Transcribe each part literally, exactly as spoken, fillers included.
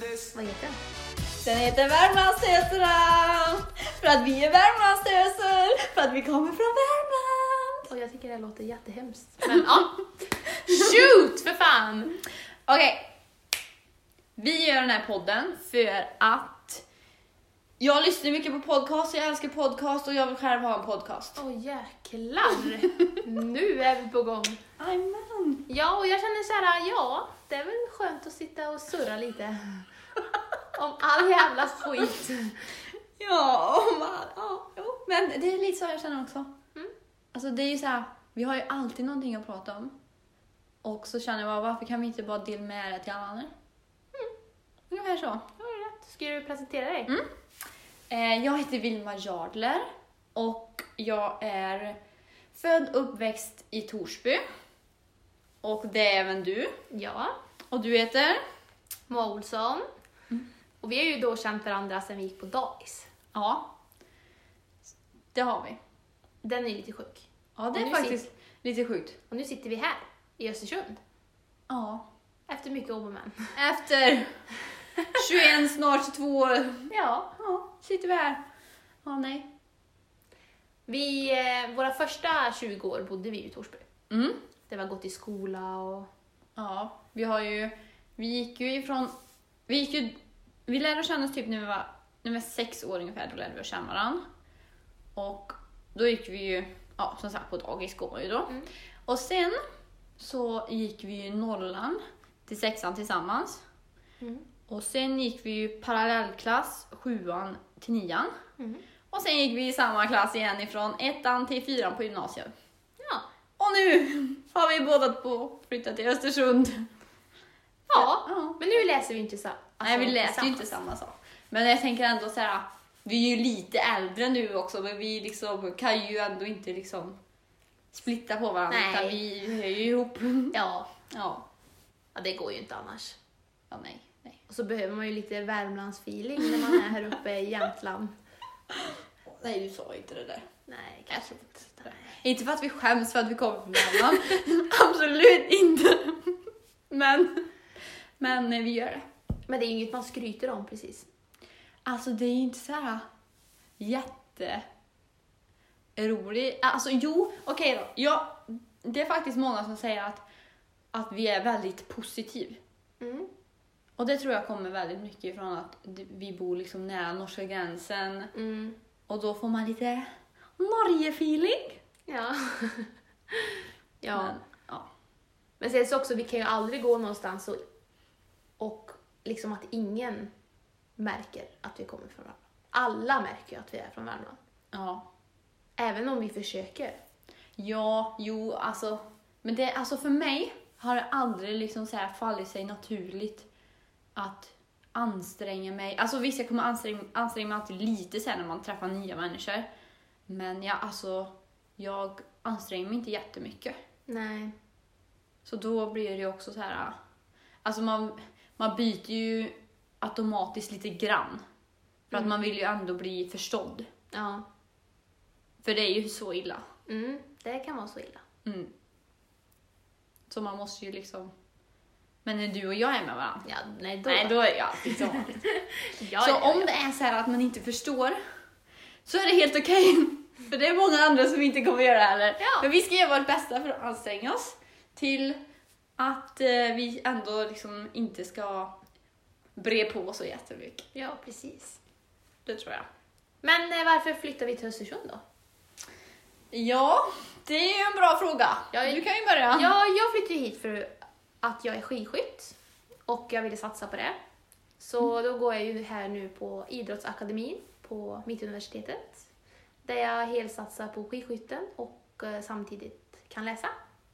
Vad heter den? Den heter Värmlandstöserna. För att vi är Värmlandstöser. För att vi kommer från Värmland. Och jag tycker det låter jättehemskt. Men ja, shoot för fan! Okej. Okay. Vi gör den här podden för att jag lyssnar mycket på podcast. Jag älskar podcast och jag vill själv ha en podcast. Åh oh, jäklar. Nu är vi på gång. Amen. Ja, och jag känner så här, ja, det är väl skönt att sitta och surra lite. Om all jävla skit. Ja, man, ja, jo. Men det är lite så jag känner också. Mm. Alltså det är ju så här, vi har ju alltid någonting att prata om. Och så känner jag, varför kan vi inte bara dela med det till alla andra? Mm. Ungefär så. Ja, det är rätt. Ska du presentera dig? Mm. Eh, jag heter Vilma Jardler och jag är född och uppväxt i Torsby. Och det är även du. Ja. Och du heter? Moa Olsson. Mm. Och vi har ju då känt varandra sedan vi gick på dagis. Ja. Det har vi. Den är lite sjuk. Ja, det Och är nu faktiskt sitter- lite sjukt. Och nu sitter vi här i Östersund. Ja. Efter mycket om och men. Efter tjugoett, snart tjugotvå år. Ja. Ja, sitter vi här. Ja, nej. Vi, eh, våra första tjugo år bodde vi i Torsby. Mm. Det var gått i skola och... Ja, vi har ju, vi gick ju ifrån, vi gick ju, vi lärde känna oss typ när vi var, när vi var sex år ungefär, då lärde vi känna varandra. Och då gick vi ju, ja som sagt på dagis går man ju då. Mm. Och sen så gick vi ju nollan till sexan tillsammans. Mm. Och sen gick vi ju parallellklass, sjuan till nian. Mm. Och sen gick vi i samma klass igen ifrån ettan till fyran på gymnasiet. Ja. Och nu har vi båda på flyttat till Östersund. Ja. Ja. Men nu läser vi inte så. Alltså, Nej, vi läser ju tillsammans. inte samma sak. Men jag tänker ändå så här, vi är ju lite äldre nu också, men vi liksom kan ju ändå inte liksom splitta på varandra. Nej. Utan vi är ju ihop. Ja. Ja. Ja, det går ju inte annars. Ja, nej, nej. Och så behöver man ju lite Värmlands-feeling när man är här uppe i Jämtland. Nej, du sa inte det där. Nej, kanske inte. Nej. Inte för att vi skäms för att vi kommer från Värmland. Absolut inte. Men, men vi gör det. Men det är ju inget man skryter om precis. Alltså det är inte så här jätte roligt. Alltså jo, okej då. Ja, det är faktiskt många som säger att, att vi är väldigt positiv. Mm. Och det tror jag kommer väldigt mycket ifrån att vi bor liksom nära norska gränsen. Mm. Och då får man lite Norge-feeling. Ja. Ja. Men, ja. Men sen så också, vi kan ju aldrig gå någonstans och, och liksom att ingen märker att vi kommer från Värmland. Alla märker ju att vi är från Värmland. Ja. Även om vi försöker. Ja, jo, alltså. Men det, alltså för mig har det aldrig liksom så här fallit sig naturligt att anstränga mig. Alltså visst, jag kommer anstränga, anstränga mig alltid lite sen när man träffar nya människor. Men jag, alltså, jag anstränger mig inte jättemycket. Nej. Så då blir det ju också så här. Alltså man, man byter ju automatiskt lite grann. För att Mm. man vill ju ändå bli förstådd. Ja. För det är ju så illa. Mm, det kan vara så illa. Mm. Så man måste ju liksom... Men när du och jag är med varandra. Ja, nej då. Nej, då är jag alltid så. ja, så ja, ja, om ja. det är så här att man inte förstår, så är det helt okej. För det är många andra som inte kommer göra det heller. Ja. Men vi ska göra vårt bästa för att anstränga oss till att eh, vi ändå liksom inte ska bre på så jättemycket. Ja, precis. Det tror jag. Men eh, varför flyttar vi till Östersund då? Ja, det är ju en bra fråga. Jag- Du kan ju börja. Ja, jag flyttade hit för att jag är skidskytt och jag ville satsa på det. Så Mm. då går jag ju här nu på Idrottsakademin på Mittuniversitetet. Där jag helt satsar på skidskytten och eh, samtidigt kan läsa.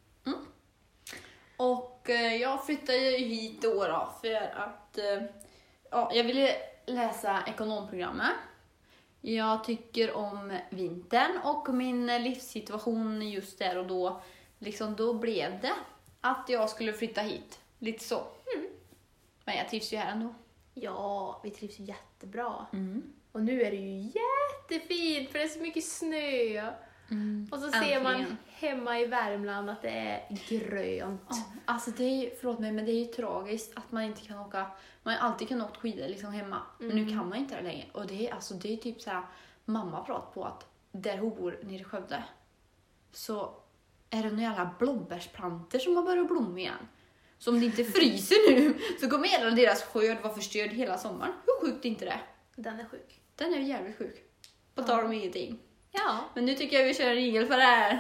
Och eh, jag flyttade ju hit då, då för att eh, ja, jag ville läsa ekonomprogrammet. Jag tycker om vintern och min livssituation just där och då, liksom då blev det att jag skulle flytta hit. Lite så. Mm. Men jag trivs ju här ändå. Ja, vi trivs ju jättebra. Mm. Och nu är det ju jättefint för det är så mycket snö. Mm. Och så ser man Äntligen. hemma i Värmland att det är grönt. Ja, alltså det är ju, förlåt mig, men det är ju tragiskt att man inte kan åka. Man har alltid kunnat åka skidor liksom hemma. Men nu kan man inte det längre. Och det är, alltså, det är typ så här, mamma pratar på att där hon bor nere i Skövde så är det några jävla blåbärsplanter som har börjat blomma igen. Så om det inte fryser nu så kommer hela deras skörd vara förstörd hela sommaren. Hur sjukt är inte det? Den är sjuk. Den är jävligt sjuk. På tal om ingenting. Ja. Men nu tycker jag vi kör en ringel för det här.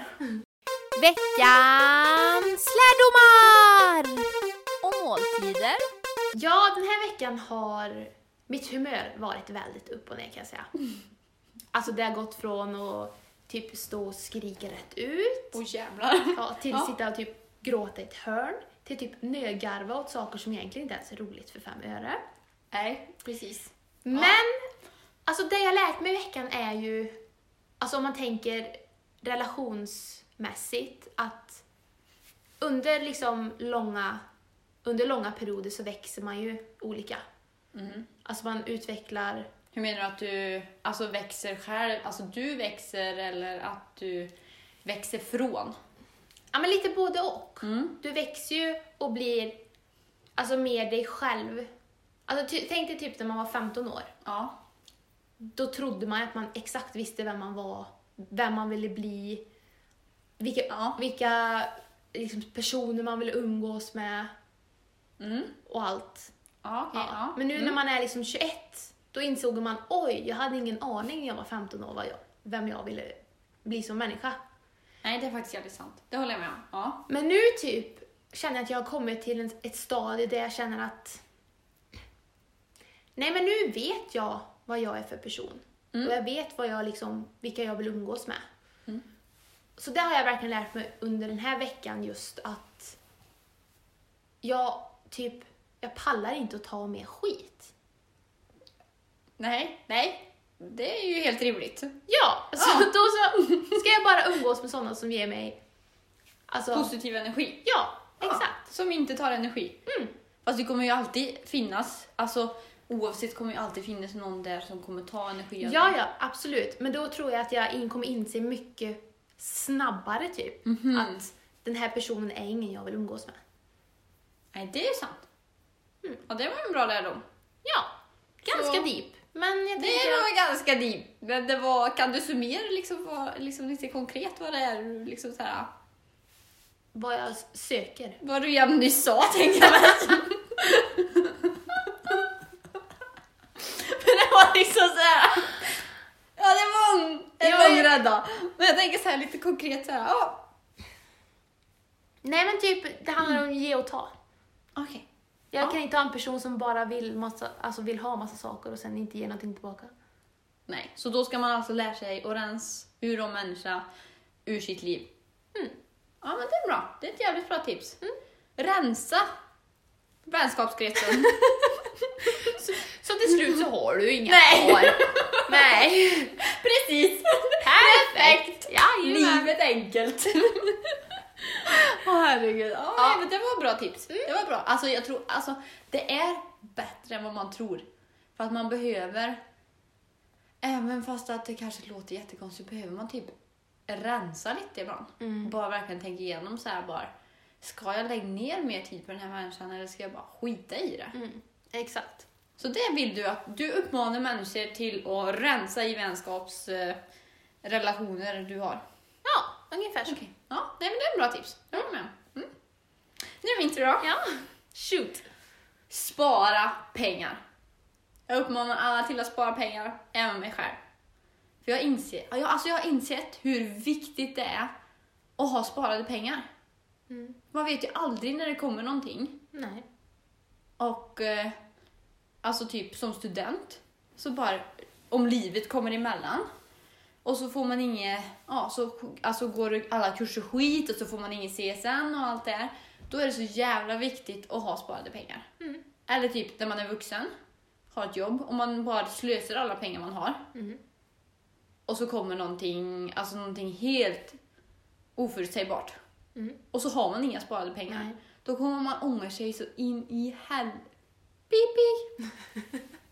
Veckans lärdomar och måltider. Ja, den här veckan har mitt humör varit väldigt upp och ner kan jag säga. Alltså det har gått från att typ stå och skrika rätt ut. Åh jävlar. Ja, till Ja. sitta och typ gråta i ett hörn. Till typ nögarva åt saker som egentligen inte ens är roligt för fem öre. Nej, precis. Men, alltså det jag lärt mig i veckan är ju, alltså om man tänker relationsmässigt, att under liksom långa, under långa perioder så växer man ju olika. Mm. Alltså man utvecklar, Hur menar du att du alltså växer själv? Alltså du växer eller att du växer från? ja men lite både och. Mm. Du växer ju och blir alltså mer dig själv. Alltså ty- tänk dig typ när man var femton år. Ja. Då trodde man att man exakt visste vem man var, vem man ville bli, vilka, Ja. vilka liksom, personer man ville umgås med Mm. och allt. Ja, okej. Ja. Ja. Men nu Mm. när man är liksom tjugoett, då insåg man, oj, jag hade ingen aning när jag var femton år vad jag, vem jag ville bli som människa. Nej, det är faktiskt jävligt sant. Det håller jag med om. Ja. Men nu typ känner jag att jag har kommit till en, ett stadie där jag känner att nej men nu vet jag vad jag är för person. Mm. Och jag vet vad jag liksom, vilka jag vill umgås med. Mm. Så det har jag verkligen lärt mig under den här veckan, just att jag typ, jag pallar inte att ta mer skit. Nej, nej. Det är ju helt rimligt. Ja, så Ja. då så ska jag bara umgås med sådana som ger mig alltså, Positiv energi. ja, Ja, exakt. som inte tar energi. Mm. Fast det kommer ju alltid finnas, alltså oavsett kommer ju alltid finnas någon där som kommer ta energi av Ja, dig. ja, absolut. Men då tror jag att jag in, kommer inse mycket snabbare typ Mhm. att den här personen är ingen jag vill umgås med. Nej, det är sant. Mm. Ja, det var en bra lärdom. Ja, ganska Så- deep. Men jag Det tänker att, var ganska deep. Men det var, kan du summera liksom, vad, liksom lite konkret vad det är du liksom så här, vad jag s- söker. vad du jämt nyss sa, tänker jag mig. Men det var liksom så här. Ja, det var en, en Ja, lång jag- rädda. Men jag tänker så här lite konkret så här. Ja, Nej men typ, det handlar om att ge och ta. okej. Jag Ja. kan inte ha en person som bara vill, massa, alltså vill ha massa saker och sen inte ge någonting tillbaka. Nej, så då ska man alltså lära sig att rensa ur en människa ur sitt liv. Mm. Ja, men det är bra. Det är ett jävligt bra tips. Rensa vänskapskretsen. Så till slut så har du inga Nej. kvar. Nej. Precis. Perfekt. Ja, Livet enkelt. Åh herregud. Ja, Ja. nej, men det var bra tips. Det var bra. Alltså jag tror, alltså det är bättre än vad man tror. För att man behöver, även fast att det kanske låter jättekonstigt, behöver man typ rensa lite ibland. Mm. Bara verkligen tänka igenom så här bara, ska jag lägga ner mer tid på den här människan eller ska jag bara skita i det? Mm. Exakt. Så det vill du att du uppmanar människor till att rensa i vänskapsrelationer du har. Ja, ungefär så. Okej. Ja, nej, men det är en bra tips. Jag håller med. Mm. Nu är min tur då. Ja. Shoot. Spara pengar. Jag uppmanar alla till att spara pengar, även mig själv. För jag inser, ja, jag, alltså jag har insett hur viktigt det är att ha sparade pengar. Mm. Man vet ju aldrig när det kommer någonting. Nej. Och eh, alltså typ som student så bara om livet kommer emellan och så får man inget, ja så alltså går alla kurser skit och så får man ingen C S N och allt det här. Då är det så jävla viktigt att ha sparade pengar. Mm. Eller typ när man är vuxen, har ett jobb och man bara slösar alla pengar man har Mm. och så kommer någonting, alltså någonting helt oförutsägbart. Mm. Och så har man inga sparade pengar. Nej. Då kommer man ångra sig så in i hel... Pip, pip.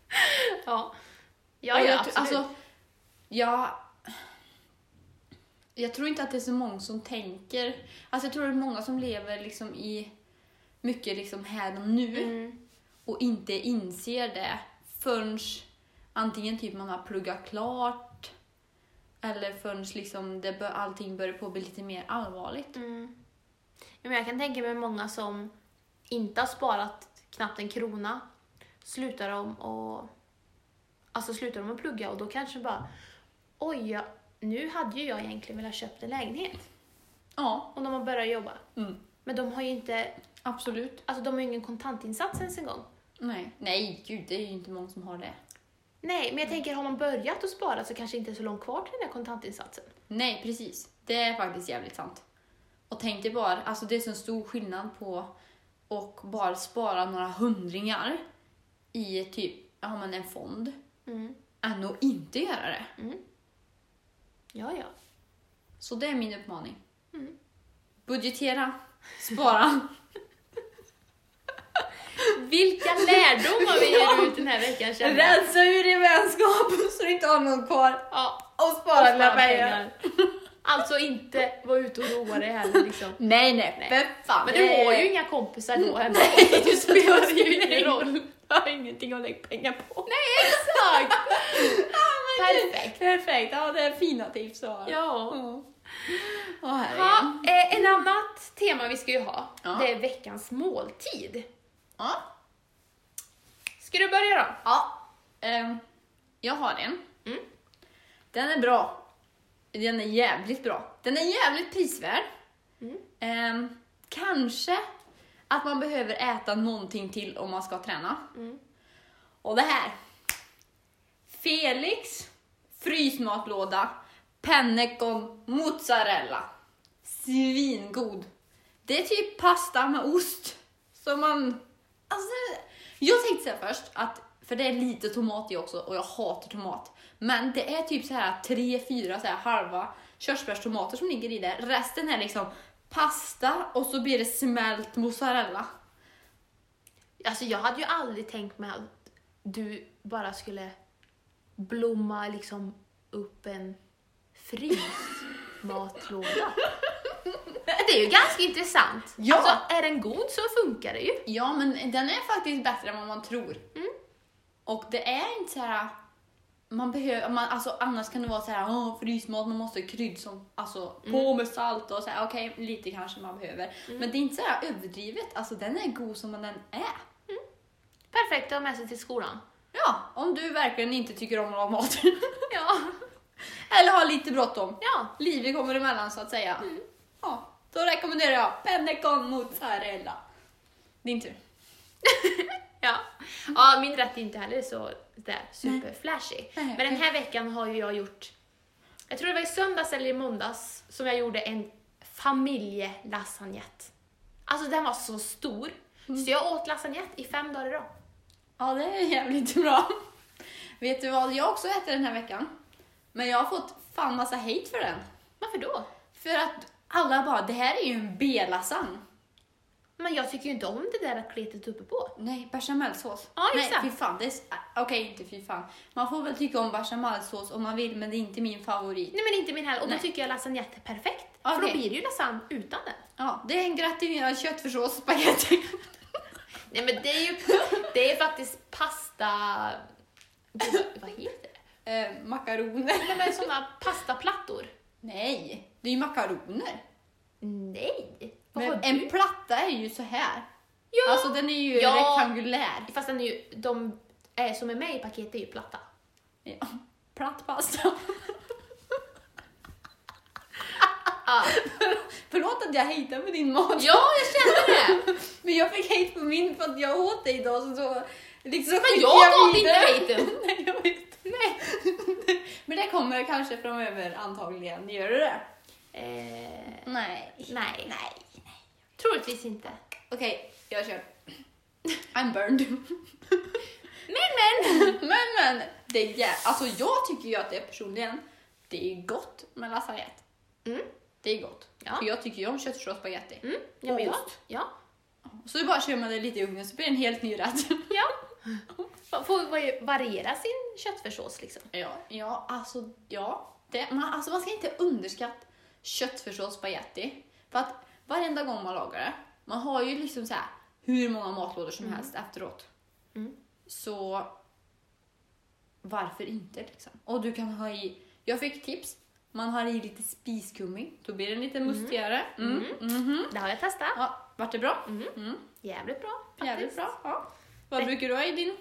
Ja. Ja, Och ja, jag, absolut. alltså, jag... jag tror inte att det är så många som tänker, alltså jag tror det är många som lever liksom i mycket liksom här och nu Mm. och inte inser det förrän antingen typ man har pluggat klart eller förrän liksom det bör, allting börjar på att bli lite mer allvarligt. Mm. Ja, men jag kan tänka mig många som inte har sparat knappt en krona, slutar de och alltså slutar de att plugga och då kanske bara oj, ja, nu hade ju jag egentligen velat köpa en lägenhet. Ja. Och de har börjat jobba. Mm. Men de har ju inte, Absolut. alltså de har ju ingen kontantinsats ens en gång. Nej. Nej, gud, det är ju inte många som har det. Nej, men jag tänker har man börjat att spara så kanske inte är så långt kvar till den där kontantinsatsen. Nej, precis. Det är faktiskt jävligt sant. Och tänk dig bara, alltså det är så stor skillnad på och bara spara några hundringar i typ, ja men en fond, Mm. än att inte göra det. Mm. Ja, ja. Så det är min uppmaning. Mm. Budgetera, spara. Vilka lärdomar vi ger ut den här veckan, känner jag. Rensa ur din vänskap så du inte har någon kvar. Ja, Och spara dina pengar. Alltså inte vara ute och roa dig heller liksom. Nej, nej, Nej. för fan. Men du har ju inga kompisar då heller. Nej, Du spelar ju ingen roll. Jag har ingenting att lägga pengar på. Nej, exakt! Perfekt. Perfekt, ja det är fina tips. Så. Ja. Ja. Åh, herregud. Ha, eh, en annat tema vi ska ju ha, Ja. det är veckans måltid. Ja. Ska du börja då? Ja. Ehm, jag har en. Mm. Den är bra. Den är jävligt bra. Den är jävligt prisvärd. Mm. Ehm, kanske att man behöver äta någonting till om man ska träna. Mm. Och det här. Felix frysmatlåda penne con mozzarella. Svingod. Det är typ pasta med ost. Så man... Alltså, jag tänkte säga först att, för det är lite tomat i också och jag hatar tomat. Men det är typ så här tre, fyra så här halva körsbärstomater som ligger i det. Resten är liksom pasta och så blir det smält mozzarella. Alltså jag hade ju aldrig tänkt mig att du bara skulle blomma liksom upp en frysmatlåda. Det är ju ganska intressant. Ja. Alltså, är den god så funkar det ju. Ja, men den är faktiskt bättre än vad man tror. Mm. Och det är inte så här... Man behöver, man, alltså, annars kan det vara så här, åh, frysmat, man måste krydda som, alltså, på med salt och så här, okej, okay, lite kanske man behöver. Mm. Men det är inte så här överdrivet, alltså den är god som den är. Perfekt att ha med sig till skolan. Ja, om du verkligen inte tycker om att ha mat. Ja. Eller har lite bråttom. Ja. Livet kommer emellan så att säga. Mm. Ja, då rekommenderar jag penne con mozzarella. Din tur. Ja. Ja, min rätt är inte heller så där superflashy. Nej. Men den här veckan har ju jag gjort, jag tror det var i söndags eller i måndags som jag gjorde en familjelasagnette. Alltså den var så stor. Mm. Så jag åt lasagnette i fem dagar idag. Ja, det är jävligt bra. Vet du vad jag också äter den här veckan? Men jag har fått fan massa hate för den. Varför då? För att alla bara, det här är ju en B-lasagne. Men jag tycker ju inte om det där kletet uppe på. Nej, bechamelsås. Ja, exakt. Nej, fy fan. Det är... Okej, inte fy fan. Man får väl tycka om bechamelsås om man vill, men det är inte min favorit. Nej, men inte min heller. Och Nej. då tycker jag lasagnette är perfekt. För då Okej. blir det ju lasagne utan den. Ja, det är en gratinerad köttfärssås spaghetti. Nej, men det är ju det är faktiskt pasta... Gud, vad, vad heter det? eh, makaroner. Nej, men sådana pastaplattor. Nej, det är ju makaroner. Nej. Vad har Men du? en platta är ju så här. Ja. Alltså den är ju Ja. rektangulär. Fast den är ju, de är, som är med i paketet är ju platta. Ja. Platt pasta. Ah. Förlåt att jag hatar på din mat. Ja, jag känner det. Men jag fick hate på min för att jag åt det idag. Så, så, liksom, Men skickade jag gav inte vidare. haten. Nej, jag vet. Nej. Men det kommer kanske framöver antagligen. Gör du det? Eh, Nej. nej. Nej. Troligtvis inte. Okej, jag kör. I'm burned. Men, men. men men, det är jä- alltså jag tycker ju att det är personligen, det är gott med lasagnette. Mm. Det är gott. Ja. För jag tycker ju om köttfärssås och spagetti. Mm. Ja, men Och ja. ost. Ja. Så bara kör man det lite i ugnen så blir det en helt ny rätt. Ja. Man får va- variera sin köttfärssås liksom. Ja, ja, alltså ja. Det, man, alltså man ska inte underskatta köttfärssås spaghetti. För att varenda gång man lagar det, man har ju liksom så här hur många matlådor som Mm. helst efteråt. Mm. Så varför inte liksom? Och du kan ha i, jag fick tips, man har i lite spiskummi, då blir den lite mustigare. Mm. Mm. Mhm. Det har jag testat. Ja, vart det bra? Mm. Mm. Jävligt bra faktiskt. Jävligt bra. Ja. Vad Nej. brukar du ha i din?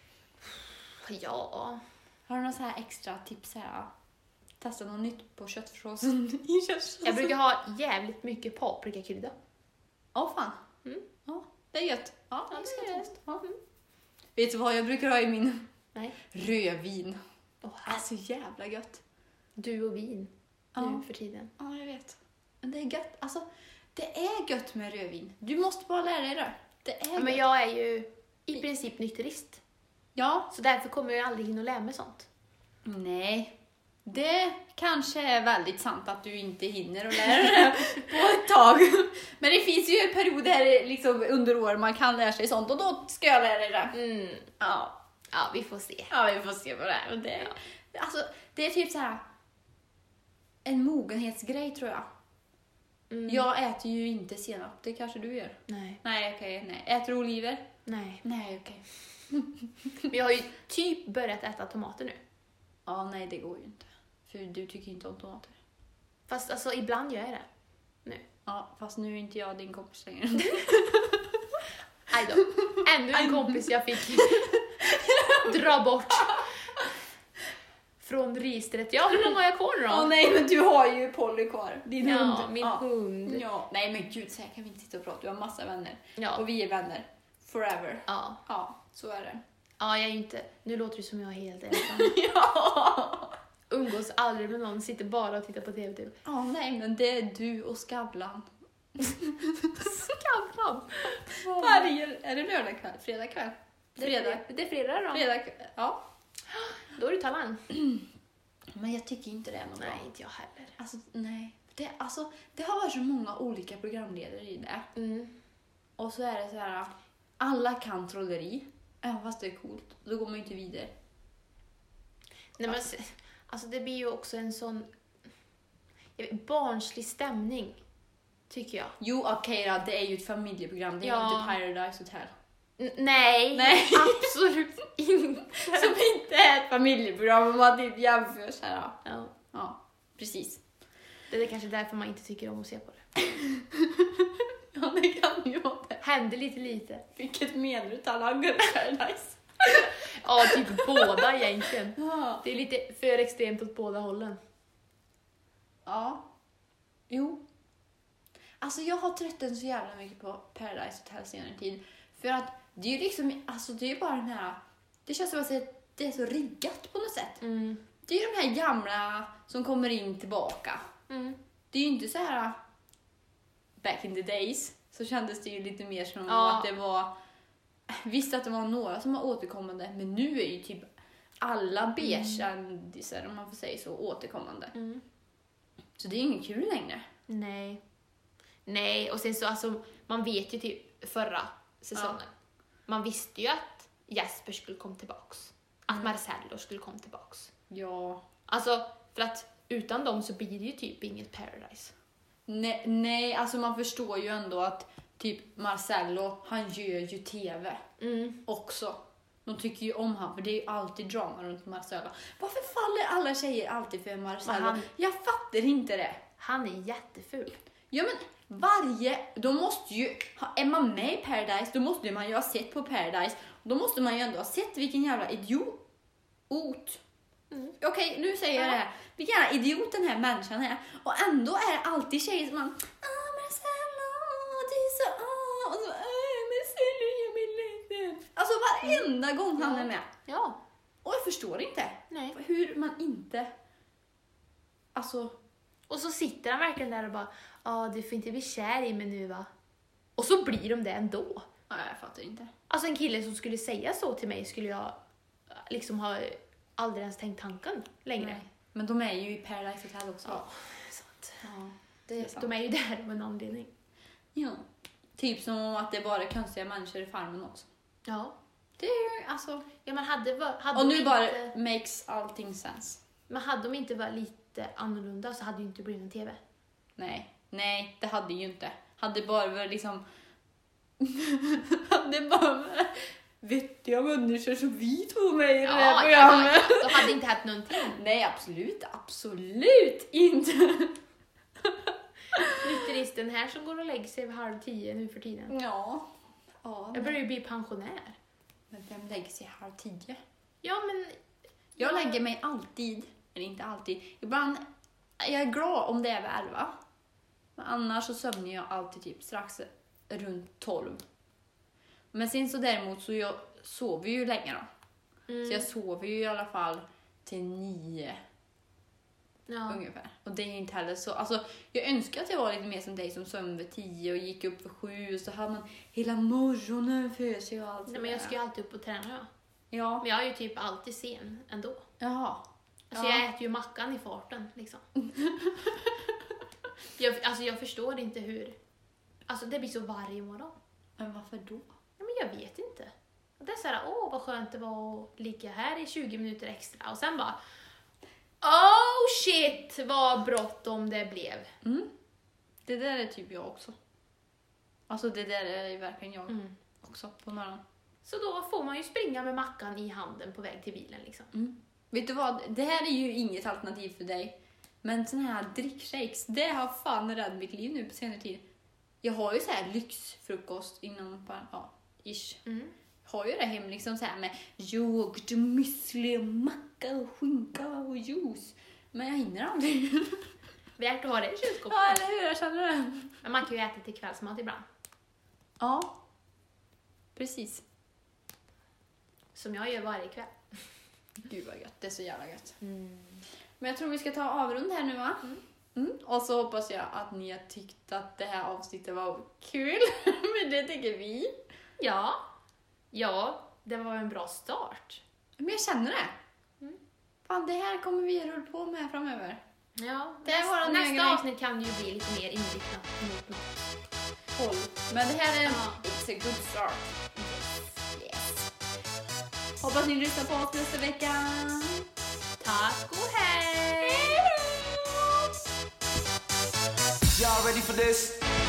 Ja. Har du några så här extra tips här? Testa något nytt på köttfärssåsen i köttfärssåsen. Jag brukar ha jävligt mycket paprikakrydda. Åh fan. Mm. Ja, det är gött. Ja, Ja, det ska det jag är testa. Ja. Vet du vad jag brukar ha i min? Nej. Rödvin. Oh, här. Alltså jävla gött. Du och vin. Ja. Nu för tiden. Ja, jag vet. Men det är gött. Alltså, det är gött med rödvin. Du måste bara lära dig det. Det är Ja, men gött. jag är ju i princip nykterist. Ja. Så därför kommer jag aldrig hinna lära mig sånt. Nej. Det kanske är väldigt sant att du inte hinner att lära dig det på ett tag. Men det finns ju perioder liksom under år man kan lära sig sånt och då ska jag lära dig det. Mm. Ja. Ja, vi får se. Ja, vi får se på det här. Det, alltså, det är typ så här en mogenhetsgrej tror jag. Mm. Jag äter ju inte senap, det kanske du gör. Nej. Nej, okej, nej. Äter du oliver? Nej. Nej, okej. Men jag har ju typ börjat äta tomater nu. Ja, nej, det går ju inte. För du tycker inte om tomater. Fast alltså ibland gör jag det. Nu. Ja, fast nu är inte jag din kompis längre. Aj då. Ännu en kompis jag fick dra bort från registret. Ja, hur många har jag kvar nu då? Åh nej, men du har ju Polly kvar. Din Ja, hund. min ja. hund. Ja. Nej, men gud, så här kan vi inte sitta och prata. Du har massa vänner. Ja. Och vi är vänner. Forever. Ja. Ja, så är det. Ja, jag är inte... Nu låter det som jag är helt ensam. Ja. Umgås aldrig med någon, sitter bara och tittar på tv typ. Ja, nej, men det är du och Skavlan. Skavlan! Varje... Är det lördag kväll? Fredag kväll? Fredag. Det är fredag då. Fredag kväll. Ja. Då är du talang. Men jag tycker inte det är något Nej, bra. inte jag heller. Alltså, nej. Det, alltså, det har varit så många olika programledare i det. Mm. Och så är det så här, alla kan trolleri, även fast det är coolt. Då går man ju inte vidare. Nej, men, se- alltså det blir ju också en sån jag vet, barnslig stämning, tycker jag. Jo, okej då, det är ju ett familjeprogram, det är Ja. ju inte Paradise Hotel. N- nej, Nej. absolut inte. Som inte är ett familjeprogram om man typ jämför så här. Ja, Ja, precis. det är kanske därför man inte tycker om att se på det. Ja, det kan ju vara det. Händer lite lite. Vilket menar du, Talang eller Paradise? Ja, typ båda egentligen. Ja. Det är lite för extremt åt båda hållen. Ja. Jo. Alltså jag har tröttnat så jävla mycket på Paradise Hotel senare tid. För att det är ju liksom, alltså det är ju bara den här, det känns som att det är så riggat på något sätt. Mm. Det är ju de här gamla som kommer in tillbaka. Mm. Det är ju inte så här back in the days så kändes det ju lite mer som Ja. att det var, visst att det var några som var återkommande, men nu är ju typ alla B-kändisar, om man får säga så, återkommande. Mm. Så det är ju inget kul längre. Nej. Nej, och sen så alltså, man vet ju typ förra säsongen. Man visste ju att Jesper skulle komma tillbaks. Att Mm. Marcello skulle komma tillbaks. Ja. Alltså, för att utan dem så blir det ju typ inget Paradise. Nej, nej, alltså man förstår ju ändå att typ Marcello, han gör ju tv Mm. också. De tycker ju om han, för det är ju alltid drama runt Marcello. Varför faller alla tjejer alltid för Marcello? Men han- Jag fattar inte det. Han är jätteful. Ja men varje, då måste ju, ha- är man med i Paradise, då måste man ju ha sett på Paradise. Då måste man ju ändå ha sett vilken jävla idiot. Mm. Okej, nu säger jag det här. Vilken jävla idiot den här människan är. Och ändå är det alltid tjejer som man, ah Marcello, du är så, ah, och så, ah Marcello, jag vill inte. Alltså varenda gång han är med. Ja. Och jag förstår inte Nej. hur man inte, alltså, Och så sitter han verkligen där och bara, ja, du får inte bli kär i mig nu va? Och så blir de det ändå. nej, jag fattar inte. Alltså en kille som skulle säga så till mig skulle jag liksom ha aldrig ens tänkt tanken längre. Nej. Men de är ju i Paradise Hotel också. Ja, sant. Ja, det är sant. De är ju där av en anledning. Ja. Typ som att det bara är konstiga människor i farmen också. Ja. Det är ju alltså... Ja, men hade, va- hade Och de nu inte, bara makes allting sense. Men hade de inte varit lite annorlunda så hade det ju inte blivit en tv. Nej, nej, det hade ju inte. Hade bara varit liksom... hade bara varit vettiga människor som vi två med i det här Ja, programmet. ja, ja, då hade inte hänt någonting. Nej, absolut, absolut inte. Nykteristen här som går och lägger sig vid halv tio nu för tiden. Ja. ja Jag börjar ju bli pensionär. Men vem lägger sig halv tio? Ja, men... Jag lägger mig alltid, eller inte alltid, ibland, jag är glad om det är vid elva. Men annars så sömnar jag alltid typ strax runt tolv. Men sen så däremot så jag sover ju länge då. Mm. Så jag sover ju i alla fall till nio Ja. ungefär. Och det är inte heller så, alltså jag önskar att jag var lite mer som dig som sömnade vid tio och gick upp vid sju och så hade man hela morgonen för sig och allt. Nej, men jag ska ju alltid upp och träna, ja. Ja. Men jag är ju typ alltid sen ändå. Jaha. Alltså Ja. jag äter ju mackan i farten, liksom. jag, alltså jag förstår inte hur... Alltså det blir så varje morgon. Men varför då? Ja, men jag vet inte. Och det är så här, åh vad skönt det var att ligga här i tjugo minuter extra. Och sen bara, oh shit vad bråttom det blev. Mm. Det där är typ jag också. Alltså det där är verkligen jag Mm. också på morgonen. Så då får man ju springa med mackan i handen på väg till bilen, liksom. Mm. Vet du vad? Det här är ju inget alternativ för dig. Men såna här drickshakes, det har fan räddat mitt liv nu på senare tid. Jag har ju så här lyxfrukost inom, ja, ish. Mm. Jag har ju det hem liksom så här med yoghurt, müsli, macka och skinka och juice. Men jag hinner aldrig. Värt att ha det i kylskåpet. Ja, eller hur? Jag känner det. Men man kan ju äta till kvällsmat ibland. Ja, precis. Som jag gör varje kväll. Gud vad gött, det är så jävla gött. Mm. Men jag tror vi ska ta avrund här nu, va? Mm. Mm. Och så hoppas jag att ni har tyckt att det här avsnittet var kul. Men det tycker vi. Ja. Ja, det var en bra start. Men jag känner det. Mm. Fan, det här kommer vi att hålla på med framöver. Ja, Det är nästa, våran nya nästa grej. avsnitt kan ju bli lite mer inriktat mot något. Håll. Men det här är en Ja. it's a good start. Yes. Hoppas ni lyssnar på oss nästa vecka. Tack och hej! Hej då! Y'all ready for this?